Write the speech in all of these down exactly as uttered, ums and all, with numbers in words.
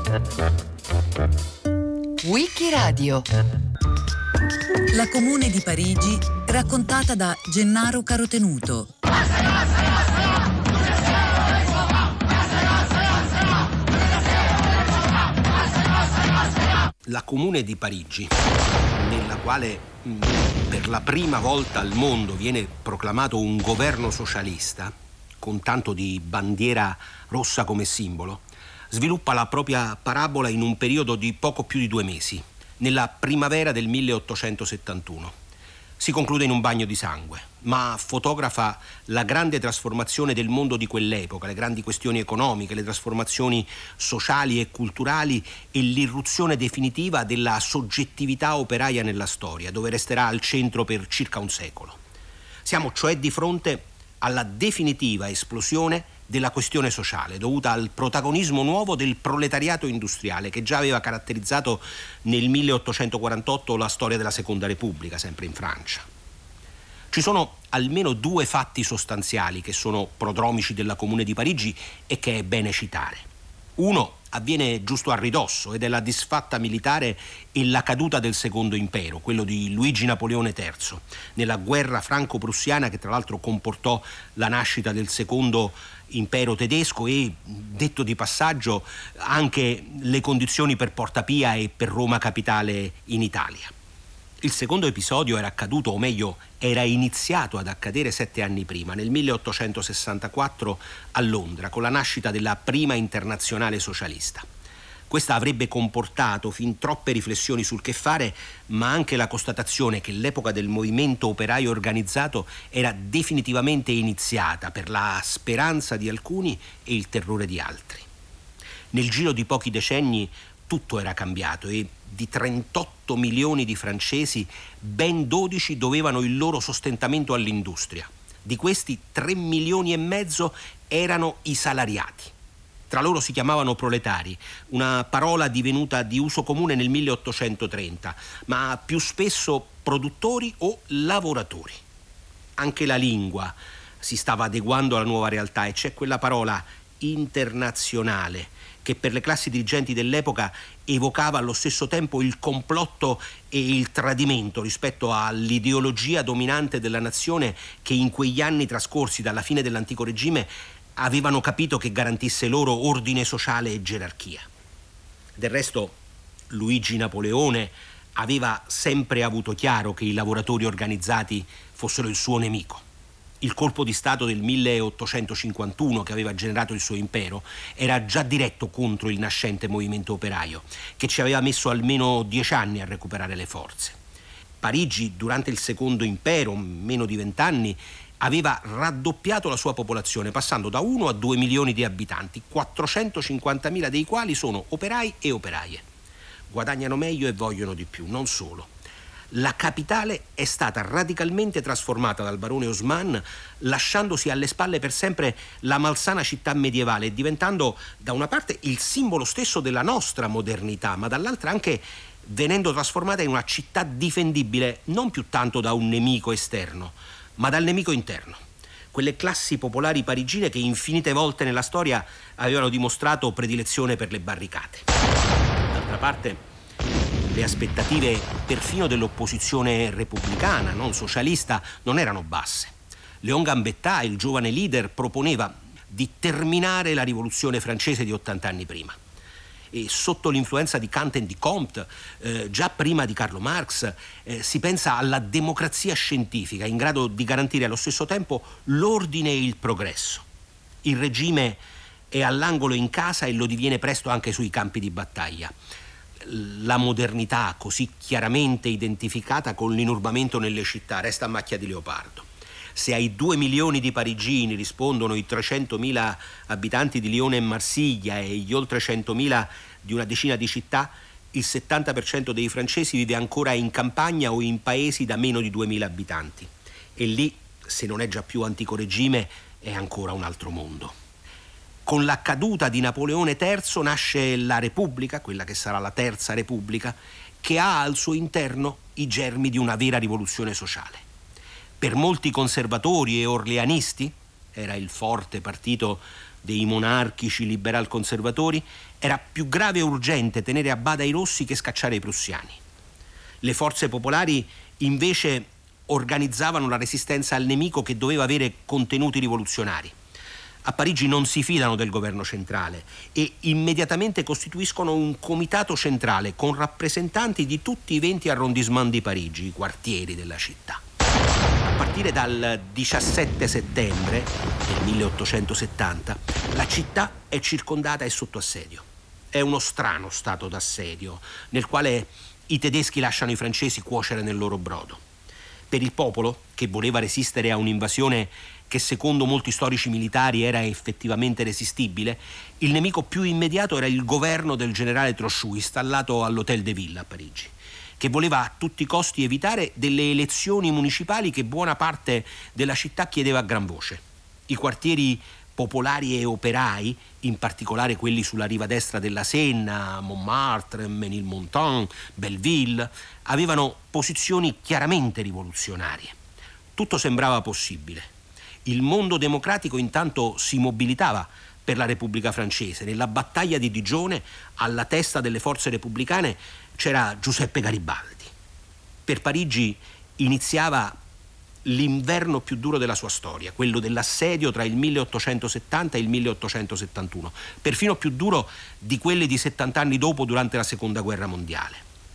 Wikiradio. La Comune di Parigi raccontata da Gennaro Carotenuto. La Comune di Parigi, nella quale per la prima volta al mondo viene proclamato un governo socialista, con tanto di bandiera rossa come simbolo, sviluppa la propria parabola in un periodo di poco più di due mesi, nella primavera del milleottocentosettantuno. Si conclude in un bagno di sangue, ma fotografa la grande trasformazione del mondo di quell'epoca, le grandi questioni economiche, le trasformazioni sociali e culturali e l'irruzione definitiva della soggettività operaia nella storia, dove resterà al centro per circa un secolo. Siamo cioè di fronte alla definitiva esplosione della questione sociale, dovuta al protagonismo nuovo del proletariato industriale che già aveva caratterizzato nel milleottocentoquarantotto la storia della Seconda Repubblica, sempre in Francia. Ci sono almeno due fatti sostanziali che sono prodromici della Comune di Parigi e che è bene citare. Uno avviene giusto a ridosso ed è la disfatta militare e la caduta del Secondo Impero, quello di Luigi Napoleone terzo, nella guerra franco-prussiana che tra l'altro comportò la nascita del Secondo Impero tedesco e, detto di passaggio, anche le condizioni per Porta Pia e per Roma capitale in Italia. Il secondo episodio era accaduto, o meglio, era iniziato ad accadere sette anni prima, nel milleottocentosessantaquattro a Londra, con la nascita della prima internazionale socialista. Questa avrebbe comportato fin troppe riflessioni sul che fare, ma anche la constatazione che l'epoca del movimento operaio organizzato era definitivamente iniziata per la speranza di alcuni e il terrore di altri. Nel giro di pochi decenni tutto era cambiato e di trentotto milioni di francesi ben dodici dovevano il loro sostentamento all'industria. Di questi tre milioni e mezzo erano i salariati. Tra loro si chiamavano proletari, una parola divenuta di uso comune nel milleottocentotrenta, ma più spesso produttori o lavoratori. Anche la lingua si stava adeguando alla nuova realtà e c'è quella parola internazionale che per le classi dirigenti dell'epoca evocava allo stesso tempo il complotto e il tradimento rispetto all'ideologia dominante della nazione che in quegli anni trascorsi dalla fine dell'antico regime avevano capito che garantisse loro ordine sociale e gerarchia. Del resto, Luigi Napoleone aveva sempre avuto chiaro che i lavoratori organizzati fossero il suo nemico. Il colpo di Stato del milleottocentocinquantuno, che aveva generato il suo impero, era già diretto contro il nascente movimento operaio, che ci aveva messo almeno dieci anni a recuperare le forze. Parigi, durante il Secondo Impero, meno di vent'anni, aveva raddoppiato la sua popolazione, passando da uno a due milioni di abitanti, quattrocentocinquantamila dei quali sono operai e operaie. Guadagnano meglio e vogliono di più, non solo. La capitale è stata radicalmente trasformata dal barone Haussmann, lasciandosi alle spalle per sempre la malsana città medievale e diventando da una parte il simbolo stesso della nostra modernità, ma dall'altra anche venendo trasformata in una città difendibile non più tanto da un nemico esterno, ma dal nemico interno. Quelle classi popolari parigine che infinite volte nella storia avevano dimostrato predilezione per le barricate. D'altra parte, le aspettative perfino dell'opposizione repubblicana, non socialista, non erano basse. Léon Gambetta, il giovane leader, proponeva di terminare la rivoluzione francese di ottanta anni prima. E sotto l'influenza di Kant e di Comte, eh, già prima di Carlo Marx, eh, si pensa alla democrazia scientifica in grado di garantire allo stesso tempo l'ordine e il progresso. Il regime è all'angolo in casa e lo diviene presto anche sui campi di battaglia. La modernità, così chiaramente identificata con l'inurbamento nelle città, resta a macchia di leopardo. Se ai due milioni di parigini rispondono i trecentomila abitanti di Lione e Marsiglia e gli oltre centomila di una decina di città, il settanta per cento dei francesi vive ancora in campagna o in paesi da meno di duemila abitanti. E lì, se non è già più antico regime, è ancora un altro mondo. Con la caduta di Napoleone terzo nasce la Repubblica, quella che sarà la Terza Repubblica, che ha al suo interno i germi di una vera rivoluzione sociale. Per molti conservatori e orleanisti, era il forte partito dei monarchici liberal-conservatori, era più grave e urgente tenere a bada i rossi che scacciare i prussiani. Le forze popolari invece organizzavano la resistenza al nemico che doveva avere contenuti rivoluzionari. A Parigi non si fidano del governo centrale e immediatamente costituiscono un comitato centrale con rappresentanti di tutti i venti arrondissement di Parigi, i quartieri della città. A partire dal diciassette settembre del milleottocentosettanta la città è circondata e sotto assedio. È uno strano stato d'assedio nel quale i tedeschi lasciano i francesi cuocere nel loro brodo. Per il popolo, che voleva resistere a un'invasione che secondo molti storici militari era effettivamente resistibile, il nemico più immediato era il governo del generale Trochu, installato all'Hôtel de Ville a Parigi, che voleva a tutti i costi evitare delle elezioni municipali che buona parte della città chiedeva a gran voce. I quartieri popolari e operai, in particolare quelli sulla riva destra della Senna, Montmartre, Ménilmontant, Belleville, avevano posizioni chiaramente rivoluzionarie. Tutto sembrava possibile. Il mondo democratico intanto si mobilitava per la Repubblica francese. Nella battaglia di Digione, alla testa delle forze repubblicane, c'era Giuseppe Garibaldi. Per Parigi iniziava l'inverno più duro della sua storia, quello dell'assedio tra il milleottocentosettanta e il milleottocentosettantuno, perfino più duro di quelli di settanta anni dopo durante la Seconda Guerra Mondiale.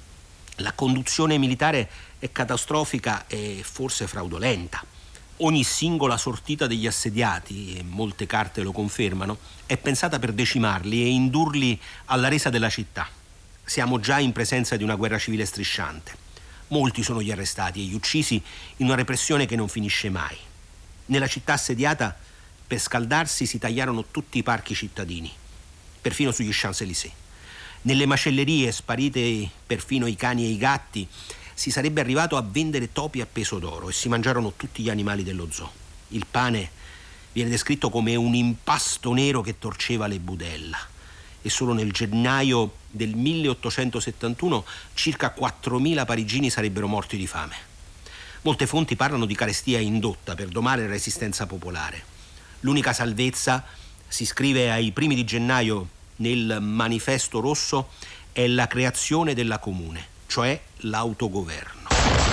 La conduzione militare è catastrofica e forse fraudolenta. Ogni singola sortita degli assediati, e molte carte lo confermano, è pensata per decimarli e indurli alla resa della città. Siamo già in presenza di una guerra civile strisciante. Molti sono gli arrestati e gli uccisi in una repressione che non finisce mai. Nella città assediata, per scaldarsi, si tagliarono tutti i parchi cittadini, perfino sugli Champs-Élysées. Nelle macellerie, sparite perfino i cani e i gatti, si sarebbe arrivato a vendere topi a peso d'oro e si mangiarono tutti gli animali dello zoo. Il pane viene descritto come un impasto nero che torceva le budella e solo nel gennaio del milleottocentosettantuno circa quattromila parigini sarebbero morti di fame. Molte fonti parlano di carestia indotta per domare la resistenza popolare. L'unica salvezza, si scrive ai primi di gennaio nel Manifesto Rosso, è la creazione della comune, cioè l'autogoverno.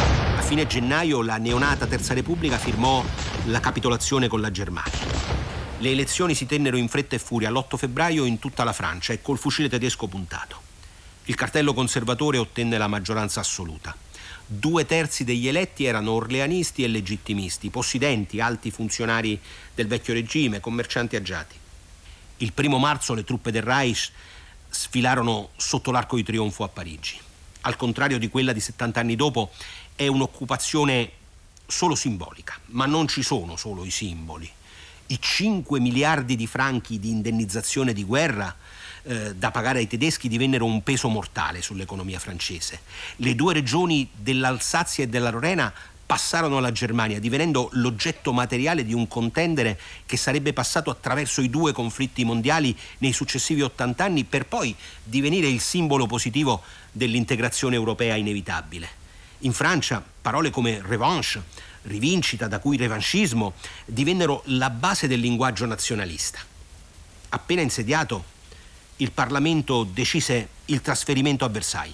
A fine gennaio la neonata Terza Repubblica firmò la capitolazione con la Germania. Le elezioni si tennero in fretta e furia l'otto febbraio in tutta la Francia e col fucile tedesco puntato. Il cartello conservatore ottenne la maggioranza assoluta. Due terzi degli eletti erano orleanisti e legittimisti, possidenti, alti funzionari del vecchio regime, commercianti agiati. Il primo marzo le truppe del Reich sfilarono sotto l'Arco di Trionfo a Parigi. Al contrario di quella di settanta anni dopo, è un'occupazione solo simbolica, ma non ci sono solo i simboli. I cinque miliardi di franchi di indennizzazione di guerra eh, da pagare ai tedeschi divennero un peso mortale sull'economia francese. Le due regioni dell'Alsazia e della Lorena passarono alla Germania, divenendo l'oggetto materiale di un contendere che sarebbe passato attraverso i due conflitti mondiali nei successivi ottanta anni per poi divenire il simbolo positivo dell'integrazione europea inevitabile. In Francia parole come revanche, rivincita, da cui revanchismo, divennero la base del linguaggio nazionalista. Appena insediato, il Parlamento decise il trasferimento a Versailles.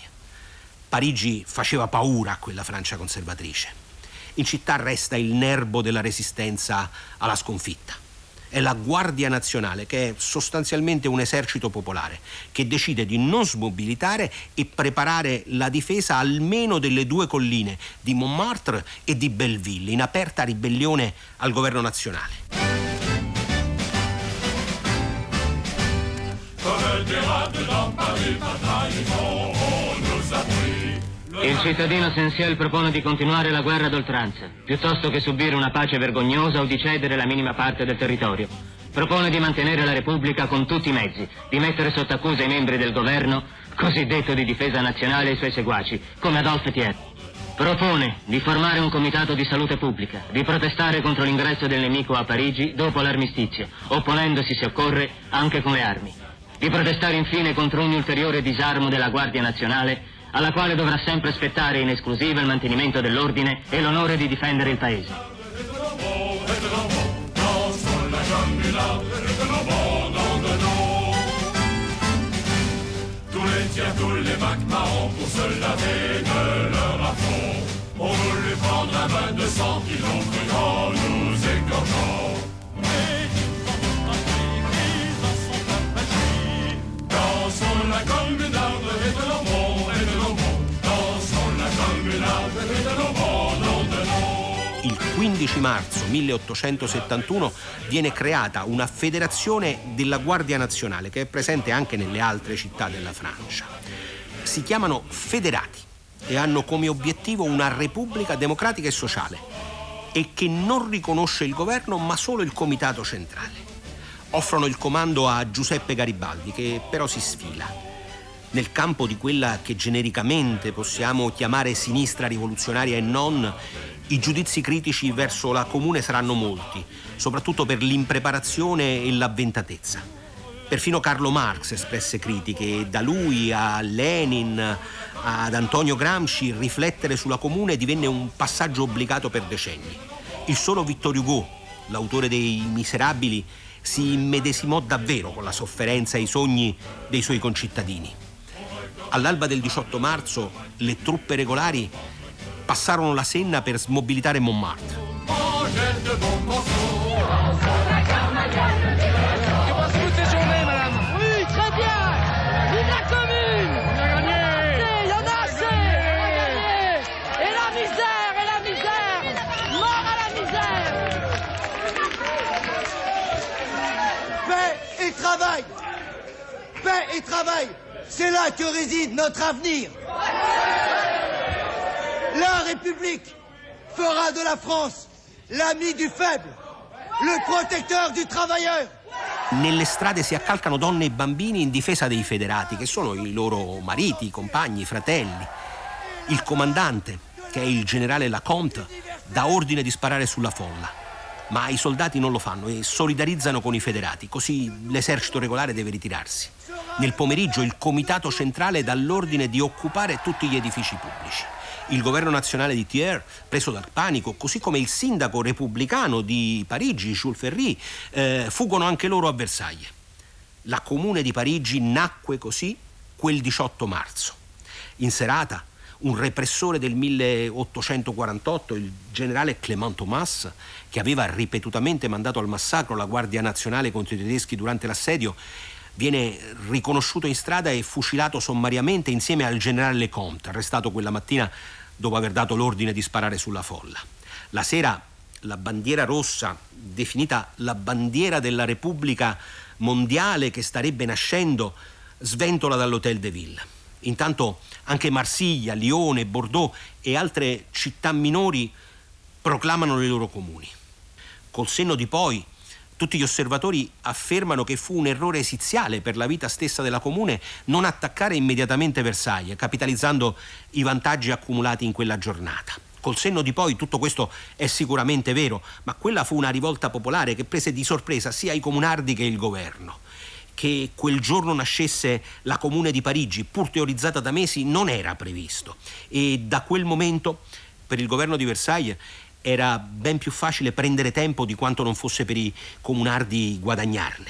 Parigi faceva paura a quella Francia conservatrice. In città resta il nerbo della resistenza alla sconfitta. È la Guardia Nazionale, che è sostanzialmente un esercito popolare, che decide di non smobilitare e preparare la difesa almeno delle due colline di Montmartre e di Belleville, in aperta ribellione al governo nazionale. Il cittadino Sensiel propone di continuare la guerra d'oltranza, piuttosto che subire una pace vergognosa o di cedere la minima parte del territorio. Propone di mantenere la Repubblica con tutti i mezzi, di mettere sotto accusa i membri del governo, cosiddetto di difesa nazionale, e i suoi seguaci, come Adolphe Thiers. Propone di formare un comitato di salute pubblica, di protestare contro l'ingresso del nemico a Parigi dopo l'armistizio, opponendosi, se occorre, anche con le armi. Di protestare infine contro ogni ulteriore disarmo della Guardia Nazionale, alla quale dovrà sempre spettare in esclusiva il mantenimento dell'ordine e l'onore di difendere il paese. sortir tous les bacs marrons pour se laver de leur affront. On voulut prendre un bain de sang qu'ils ont cru en nous égorgeant. Dansons la communarde et de nos bons et de nos bons. Dansons la communarde et de nos bons, non de nos. Il quindici marzo milleottocentosettantuno viene creata una federazione della Guardia Nazionale che è presente anche nelle altre città della Francia. Si chiamano federati e hanno come obiettivo una repubblica democratica e sociale e che non riconosce il governo ma solo il comitato centrale. Offrono il comando a Giuseppe Garibaldi, che però si sfila. Nel campo di quella che genericamente possiamo chiamare sinistra rivoluzionaria e non, i giudizi critici verso la Comune saranno molti, soprattutto per l'impreparazione e l'avventatezza. Perfino Carlo Marx espresse critiche e da lui a Lenin, ad Antonio Gramsci, riflettere sulla Comune divenne un passaggio obbligato per decenni. Il solo Victor Hugo, l'autore dei Miserabili, si immedesimò davvero con la sofferenza e i sogni dei suoi concittadini. All'alba del diciotto marzo le truppe regolari passarono la Senna per smobilitare Montmartre. Travail, paix et travail, c'est là que réside notre avenir. La République fera de la France l'ami du faible, le protecteur du travailleur. Nelle strade si accalcano donne e bambini in difesa dei federati, che sono i loro mariti, compagni, fratelli. Il comandante, che è il generale Lecomte, dà ordine di sparare sulla folla. Ma i soldati non lo fanno e solidarizzano con i federati, così l'esercito regolare deve ritirarsi. Nel pomeriggio il comitato centrale dà l'ordine di occupare tutti gli edifici pubblici. Il governo nazionale di Thiers, preso dal panico, così come il sindaco repubblicano di Parigi, Jules Ferry, eh, fuggono anche loro a Versailles. La Comune di Parigi nacque così quel diciotto marzo. In serata, un repressore del milleottocentoquarantotto, il generale Clément Thomas, che aveva ripetutamente mandato al massacro la Guardia Nazionale contro i tedeschi durante l'assedio, viene riconosciuto in strada e fucilato sommariamente insieme al generale Lecomte, arrestato quella mattina dopo aver dato l'ordine di sparare sulla folla. La sera la bandiera rossa, definita la bandiera della Repubblica mondiale che starebbe nascendo, sventola dall'Hôtel de Ville. Intanto anche Marsiglia, Lione, Bordeaux e altre città minori proclamano le loro comuni. Col senno di poi, tutti gli osservatori affermano che fu un errore esiziale per la vita stessa della Comune non attaccare immediatamente Versailles, capitalizzando i vantaggi accumulati in quella giornata. Col senno di poi tutto questo è sicuramente vero, ma quella fu una rivolta popolare che prese di sorpresa sia i comunardi che il governo. Che quel giorno nascesse la Comune di Parigi, pur teorizzata da mesi, non era previsto. E da quel momento, per il governo di Versailles, era ben più facile prendere tempo di quanto non fosse per i comunardi guadagnarne.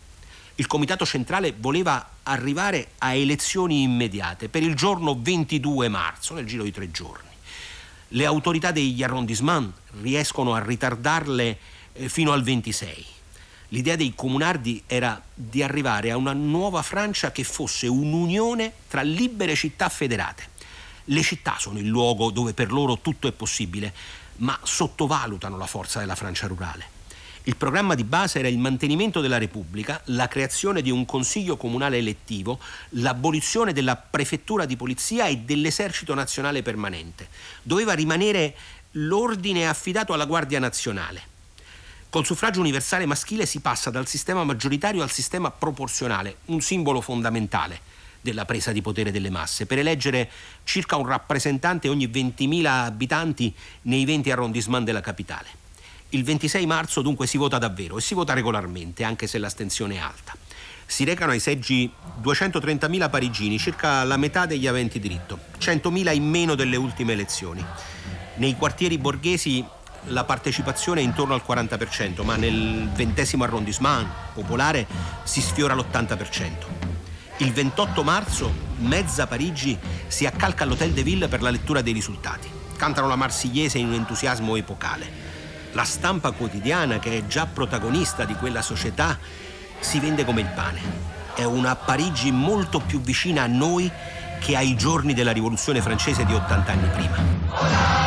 Il comitato centrale voleva arrivare a elezioni immediate per il giorno ventidue marzo, nel giro di tre giorni. Le autorità degli arrondissement riescono a ritardarle fino al ventisei. L'idea dei comunardi era di arrivare a una nuova Francia che fosse un'unione tra libere città federate. Le città sono il luogo dove per loro tutto è possibile, ma sottovalutano la forza della Francia rurale. Il programma di base era il mantenimento della Repubblica, la creazione di un consiglio comunale elettivo, l'abolizione della prefettura di polizia e dell'esercito nazionale permanente. Doveva rimanere l'ordine affidato alla Guardia Nazionale. Col suffragio universale maschile si passa dal sistema maggioritario al sistema proporzionale, un simbolo fondamentale della presa di potere delle masse, per eleggere circa un rappresentante ogni ventimila abitanti nei venti arrondissement della capitale. Il ventisei marzo dunque si vota davvero e si vota regolarmente, anche se l'astensione è alta. Si recano ai seggi duecentotrentamila parigini, circa la metà degli aventi diritto, centomila in meno delle ultime elezioni. Nei quartieri borghesi la partecipazione è intorno al quaranta per cento, ma nel ventesimo arrondissement popolare si sfiora l'ottanta per cento. Il ventotto marzo mezza Parigi si accalca all'Hôtel de Ville per la lettura dei risultati. Cantano la Marsigliese in un entusiasmo epocale. La stampa quotidiana, che è già protagonista di quella società, si vende come il pane. È una Parigi molto più vicina a noi che ai giorni della Rivoluzione francese di ottanta anni prima.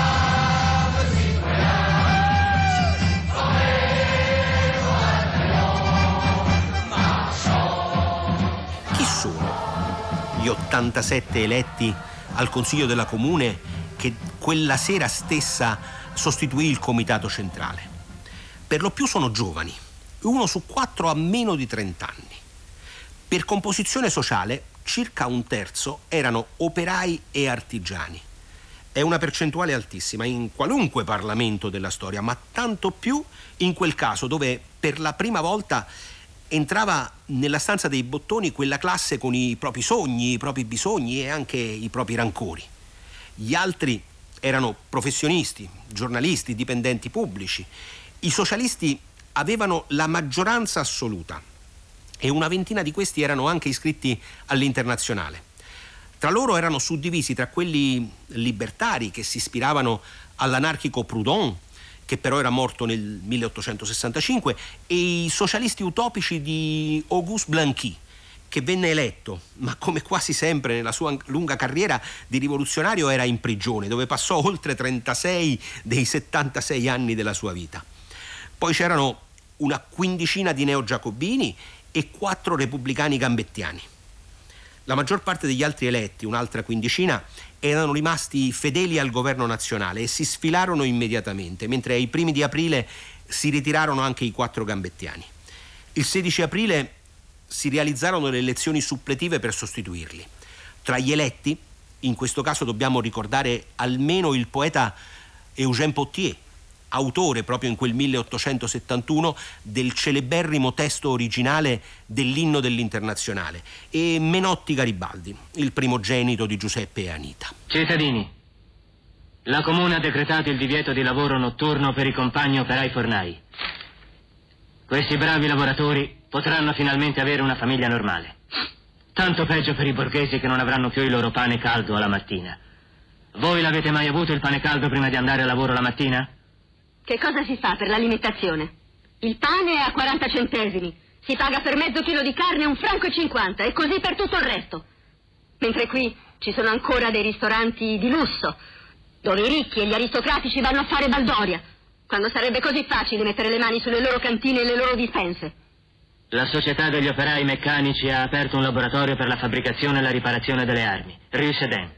Gli ottantasette eletti al Consiglio della Comune che quella sera stessa sostituì il Comitato Centrale. Per lo più sono giovani, uno su quattro ha meno di trenta anni. Per composizione sociale circa un terzo erano operai e artigiani. È una percentuale altissima in qualunque Parlamento della storia, ma tanto più in quel caso dove per la prima volta entrava nella stanza dei bottoni quella classe con i propri sogni, i propri bisogni e anche i propri rancori. Gli altri erano professionisti, giornalisti, dipendenti pubblici. I socialisti avevano la maggioranza assoluta e una ventina di questi erano anche iscritti all'Internazionale. Tra loro erano suddivisi tra quelli libertari che si ispiravano all'anarchico Proudhon, che però era morto nel milleottocentosessantacinque, e i socialisti utopici di Auguste Blanqui, che venne eletto, ma come quasi sempre nella sua lunga carriera di rivoluzionario era in prigione, dove passò oltre trentasei dei settantasei anni della sua vita. Poi c'erano una quindicina di neogiacobini e quattro repubblicani gambettiani. La maggior parte degli altri eletti, un'altra quindicina, erano rimasti fedeli al governo nazionale e si sfilarono immediatamente, mentre ai primi di aprile si ritirarono anche i quattro gambettiani. Il sedici aprile si realizzarono le elezioni suppletive per sostituirli. Tra gli eletti, in questo caso dobbiamo ricordare almeno il poeta Eugène Pottier, autore proprio in quel milleottocentosettantuno del celeberrimo testo originale dell'inno dell'Internazionale, e Menotti Garibaldi, il primogenito di Giuseppe e Anita. Cittadini, la Comune ha decretato il divieto di lavoro notturno per i compagni operai fornai. Questi bravi lavoratori potranno finalmente avere una famiglia normale. Tanto peggio per i borghesi che non avranno più il loro pane caldo alla mattina. Voi l'avete mai avuto il pane caldo prima di andare a lavoro la mattina? Che cosa si fa per l'alimentazione? Il pane è a quaranta centesimi, si paga per mezzo chilo di carne un franco e cinquanta e così per tutto il resto. Mentre qui ci sono ancora dei ristoranti di lusso, dove i ricchi e gli aristocratici vanno a fare baldoria, quando sarebbe così facile mettere le mani sulle loro cantine e le loro dispense. La società degli operai meccanici ha aperto un laboratorio per la fabbricazione e la riparazione delle armi, Rue Sedan.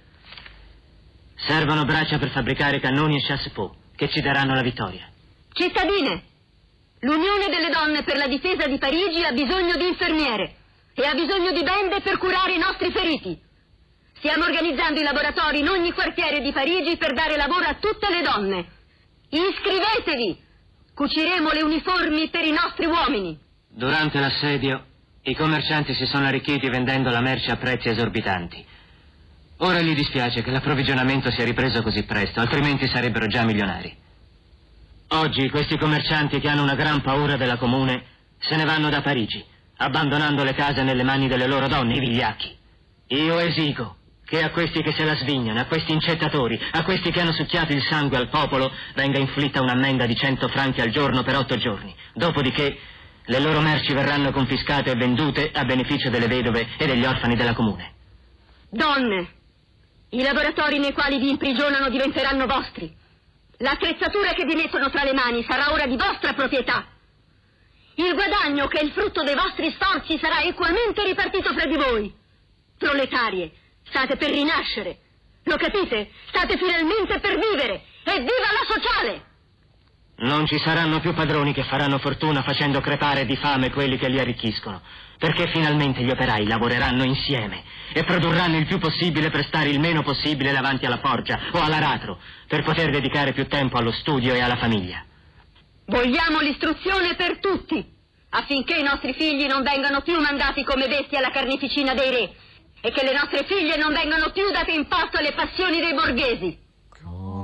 Servono braccia per fabbricare cannoni e chassepot, che ci daranno la vittoria. Cittadine, l'Unione delle Donne per la Difesa di Parigi ha bisogno di infermiere e ha bisogno di bende per curare i nostri feriti. Stiamo organizzando i laboratori in ogni quartiere di Parigi per dare lavoro a tutte le donne. Iscrivetevi! Cuciremo le uniformi per i nostri uomini. Durante l'assedio, i commercianti si sono arricchiti vendendo la merce a prezzi esorbitanti. Ora gli dispiace che l'approvvigionamento sia ripreso così presto, altrimenti sarebbero già milionari. Oggi questi commercianti, che hanno una gran paura della Comune, se ne vanno da Parigi, abbandonando le case nelle mani delle loro donne, i vigliacchi. Io esigo che a questi che se la svignano, a questi incettatori, a questi che hanno succhiato il sangue al popolo, venga inflitta un'ammenda di cento franchi al giorno per otto giorni. Dopodiché le loro merci verranno confiscate e vendute a beneficio delle vedove e degli orfani della Comune. Donne, i laboratori nei quali vi imprigionano diventeranno vostri. L'attrezzatura che vi mettono tra le mani sarà ora di vostra proprietà. Il guadagno, che è il frutto dei vostri sforzi, sarà equamente ripartito fra di voi. Proletarie, state per rinascere. Lo capite? State finalmente per vivere. Evviva la sociale! Non ci saranno più padroni che faranno fortuna facendo crepare di fame quelli che li arricchiscono, perché finalmente gli operai lavoreranno insieme e produrranno il più possibile per stare il meno possibile davanti alla forgia o all'aratro, per poter dedicare più tempo allo studio e alla famiglia. Vogliamo l'istruzione per tutti, affinché i nostri figli non vengano più mandati come bestie alla carneficina dei re e che le nostre figlie non vengano più date in pasto alle passioni dei borghesi.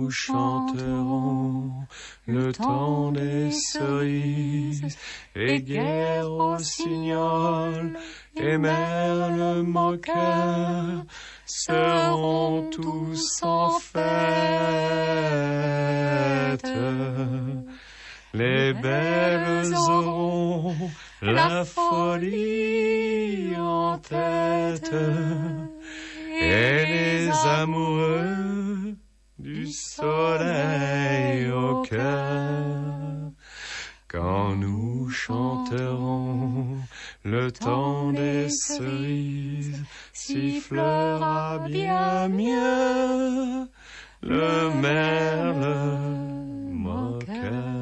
nous chanterons le temps des cerises, et guerre rossignol et merle moqueur seront tous en fête. Les belles auront la folie en tête, et les amoureux du soleil au cœur. Quand nous chanterons le temps des cerises, sifflera bien mieux le merle moqueur.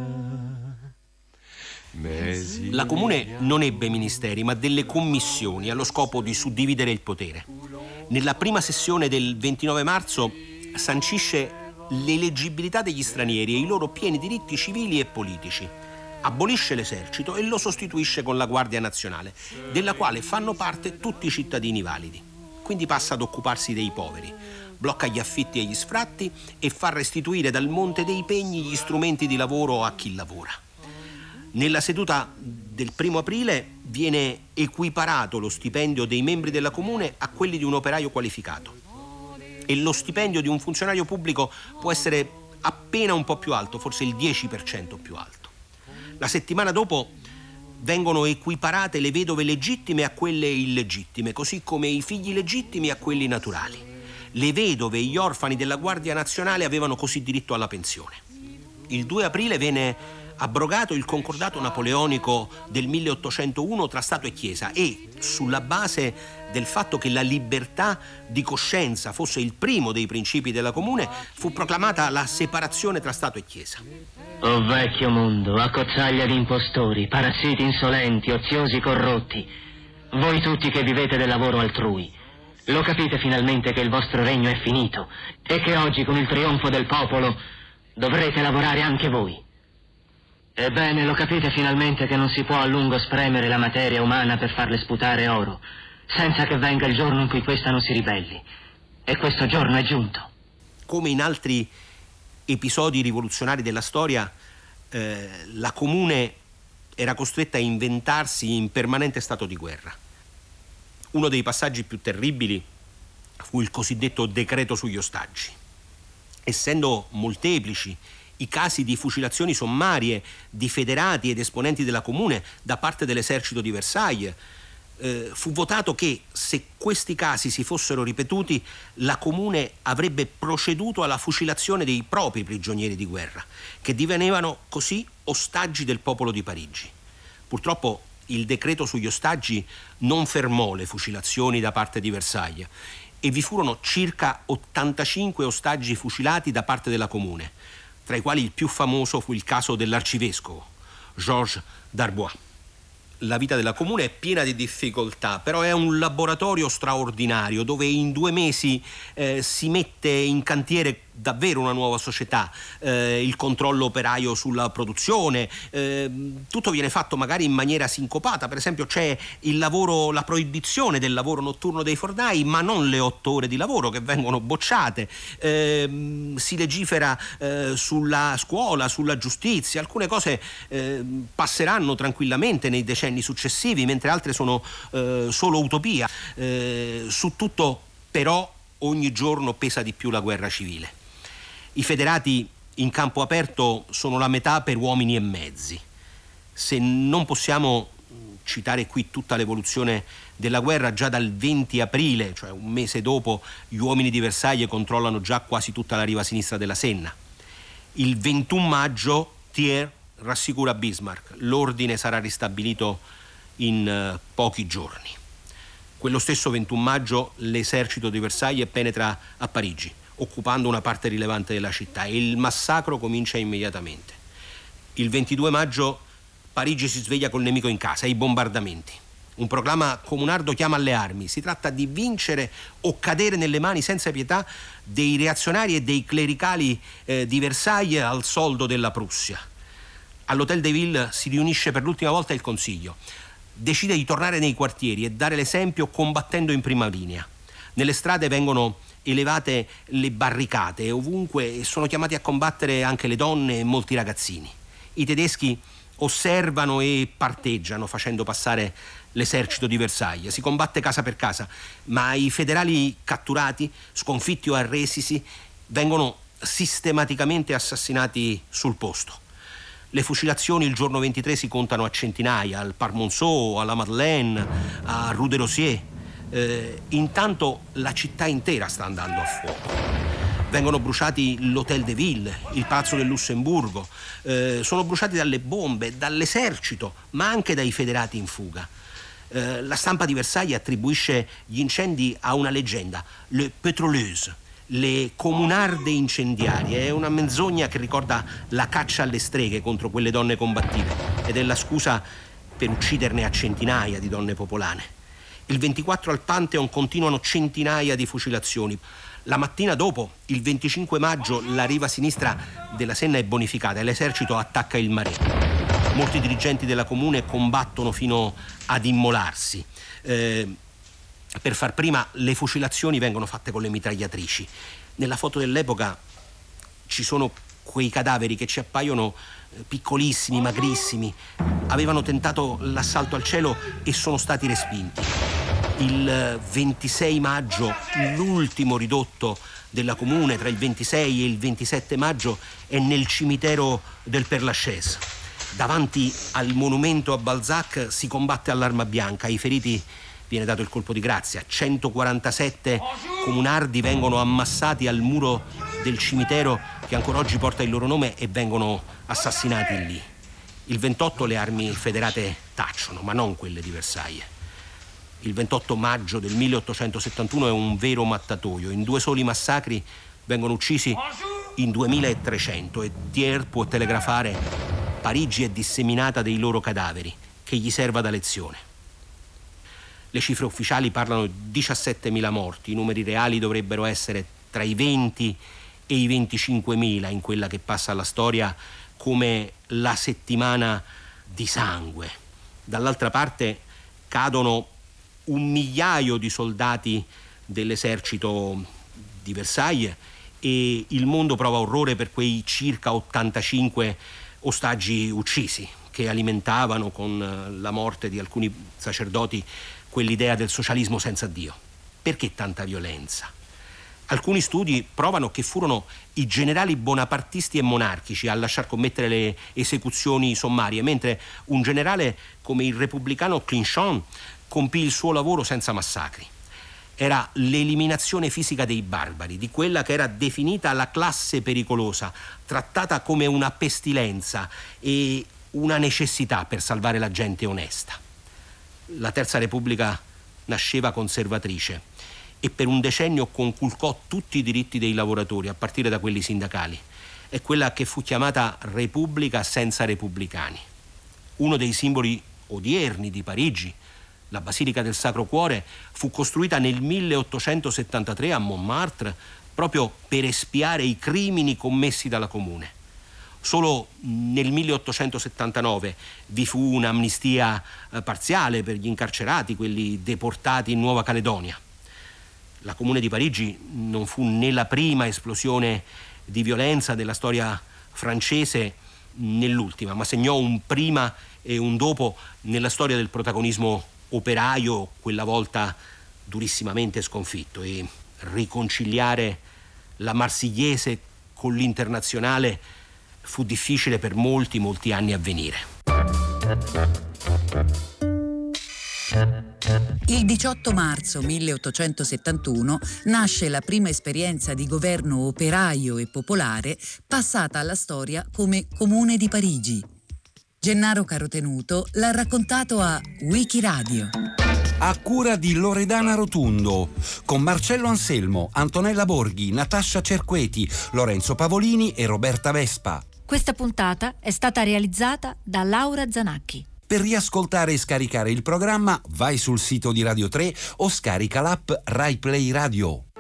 La Comune non ebbe ministeri, ma delle commissioni allo scopo di suddividere il potere. Nella prima sessione del ventinove marzo sancisce l'eleggibilità degli stranieri e i loro pieni diritti civili e politici. Abolisce l'esercito e lo sostituisce con la Guardia Nazionale, della quale fanno parte tutti i cittadini validi. Quindi passa ad occuparsi dei poveri, blocca gli affitti e gli sfratti e fa restituire dal Monte dei Pegni gli strumenti di lavoro a chi lavora. Nella seduta del primo aprile viene equiparato lo stipendio dei membri della Comune a quelli di un operaio qualificato e lo stipendio di un funzionario pubblico può essere appena un po' più alto, forse il dieci per cento più alto. La settimana dopo vengono equiparate le vedove legittime a quelle illegittime, così come i figli legittimi a quelli naturali. Le vedove e gli orfani della Guardia Nazionale avevano così diritto alla pensione. Il due aprile viene abrogato il concordato napoleonico del milleottocentouno tra Stato e Chiesa e, sulla base del fatto che la libertà di coscienza fosse il primo dei principi della Comune, fu proclamata la separazione tra Stato e Chiesa. Oh vecchio mondo, accozzaglia di impostori, parassiti insolenti, oziosi corrotti, voi tutti che vivete del lavoro altrui, lo capite finalmente che il vostro regno è finito e che oggi, con il trionfo del popolo, dovrete lavorare anche voi. Ebbene, lo capite finalmente che non si può a lungo spremere la materia umana per farle sputare oro, senza che venga il giorno in cui questa non si ribelli. E questo giorno è giunto. Come in altri episodi rivoluzionari della storia, eh, la Comune era costretta a inventarsi in permanente stato di guerra. Uno dei passaggi più terribili fu il cosiddetto decreto sugli ostaggi. Essendo molteplici i casi di fucilazioni sommarie di federati ed esponenti della Comune da parte dell'esercito di Versailles, eh, fu votato che se questi casi si fossero ripetuti la Comune avrebbe proceduto alla fucilazione dei propri prigionieri di guerra, che divenivano così ostaggi del popolo di Parigi. Purtroppo il decreto sugli ostaggi non fermò le fucilazioni da parte di Versailles e vi furono circa ottantacinque ostaggi fucilati da parte della Comune, tra i quali il più famoso fu il caso dell'arcivescovo, Georges Darbois. La vita della Comune è piena di difficoltà, però è un laboratorio straordinario dove in due mesi eh, si mette in cantiere davvero una nuova società, eh, il controllo operaio sulla produzione, eh, tutto viene fatto magari in maniera sincopata. Per esempio c'è il lavoro, la proibizione del lavoro notturno dei fornai, ma non le otto ore di lavoro che vengono bocciate, eh, si legifera eh, sulla scuola, sulla giustizia, alcune cose eh, passeranno tranquillamente nei decenni successivi, mentre altre sono eh, solo utopia. Eh, su tutto però ogni giorno pesa di più la guerra civile. I federati in campo aperto sono la metà per uomini e mezzi. Se non possiamo citare qui tutta l'evoluzione della guerra, già dal venti aprile, cioè un mese dopo, gli uomini di Versailles controllano già quasi tutta la riva sinistra della Senna. Il ventuno maggio Thiers rassicura Bismarck, l'ordine sarà ristabilito in uh, pochi giorni. Quello stesso ventuno maggio l'esercito di Versailles penetra a Parigi, occupando una parte rilevante della città, e il massacro comincia immediatamente. Il ventidue maggio Parigi si sveglia col nemico in casa, i bombardamenti. Un proclama comunardo chiama alle armi. Si tratta di vincere o cadere nelle mani senza pietà dei reazionari e dei clericali eh, di Versailles al soldo della Prussia. All'Hôtel de Ville si riunisce per l'ultima volta il Consiglio. Decide di tornare nei quartieri e dare l'esempio combattendo in prima linea. Nelle strade vengono elevate le barricate ovunque e sono chiamati a combattere anche le donne e molti ragazzini. I tedeschi osservano e parteggiano facendo passare l'esercito di Versailles. Si combatte casa per casa, ma i federali catturati, sconfitti o arresisi vengono sistematicamente assassinati sul posto. Le fucilazioni il giorno ventitré si contano a centinaia, al Parc Monceau, alla Madeleine, a Rue de Rosiers. Eh, intanto la città intera sta andando a fuoco. Vengono bruciati l'Hôtel de Ville, il Palazzo del Lussemburgo, eh, sono bruciati dalle bombe, dall'esercito, ma anche dai federati in fuga. Eh, la stampa di Versailles attribuisce gli incendi a una leggenda, le pétroleuses, le comunarde incendiarie. È una menzogna che ricorda la caccia alle streghe contro quelle donne combattive ed è la scusa per ucciderne a centinaia di donne popolane. Il ventiquattro al Pantheon continuano centinaia di fucilazioni. La mattina dopo, il venticinque maggio, la riva sinistra della Senna è bonificata e l'esercito attacca il Marais. Molti dirigenti della comune combattono fino ad immolarsi. Eh, per far prima, le fucilazioni vengono fatte con le mitragliatrici. Nella foto dell'epoca ci sono quei cadaveri che ci appaiono piccolissimi, magrissimi. Avevano tentato l'assalto al cielo e sono stati respinti. Il ventisei maggio, l'ultimo ridotto della comune tra il ventisei e il ventisette maggio è nel cimitero del Père Lachaise. Davanti al monumento a Balzac si combatte all'arma bianca. Ai feriti viene dato il colpo di grazia. centoquarantasette comunardi vengono ammassati al muro del cimitero che ancora oggi porta il loro nome e vengono assassinati lì. Il ventotto le armi federate tacciono, ma non quelle di Versailles. Il ventotto maggio del milleottocentosettantuno è un vero mattatoio. In due soli massacri vengono uccisi in duemilatrecento e Thiers può telegrafare: Parigi è disseminata dei loro cadaveri, che gli serva da lezione. Le cifre ufficiali parlano di diciassettemila morti, i numeri reali dovrebbero essere tra i venti e i venticinquemila in quella che passa alla storia come la settimana di sangue. Dall'altra parte cadono un migliaio di soldati dell'esercito di Versailles e il mondo prova orrore per quei circa ottantacinque ostaggi uccisi che alimentavano con la morte di alcuni sacerdoti quell'idea del socialismo senza Dio. Perché tanta violenza? Alcuni studi provano che furono i generali bonapartisti e monarchici a lasciar commettere le esecuzioni sommarie, mentre un generale come il repubblicano Clinchon compì il suo lavoro senza massacri. Era l'eliminazione fisica dei barbari, di quella che era definita la classe pericolosa, trattata come una pestilenza e una necessità per salvare la gente onesta. La Terza Repubblica nasceva conservatrice e per un decennio conculcò tutti i diritti dei lavoratori, a partire da quelli sindacali. È quella che fu chiamata Repubblica senza repubblicani. Uno dei simboli odierni di Parigi, la Basilica del Sacro Cuore, fu costruita nel milleottocentosettantatré a Montmartre proprio per espiare i crimini commessi dalla Comune. Solo nel milleottocentosettantanove vi fu un'amnistia eh, parziale per gli incarcerati, quelli deportati in Nuova Caledonia. La Comune di Parigi non fu né la prima esplosione di violenza della storia francese né l'ultima, ma segnò un prima e un dopo nella storia del protagonismo operaio, quella volta durissimamente sconfitto, e riconciliare la Marsigliese con l'Internazionale fu difficile per molti, molti anni a venire. Il diciotto marzo milleottocentosettantuno nasce la prima esperienza di governo operaio e popolare passata alla storia come Comune di Parigi. Gennaro Carotenuto l'ha raccontato a Wikiradio. A cura di Loredana Rotundo, con Marcello Anselmo, Antonella Borghi, Natascia Cerqueti, Lorenzo Pavolini e Roberta Vespa. Questa puntata è stata realizzata da Laura Zanacchi. Per riascoltare e scaricare il programma vai sul sito di Radio tre o scarica l'app Rai Play Radio.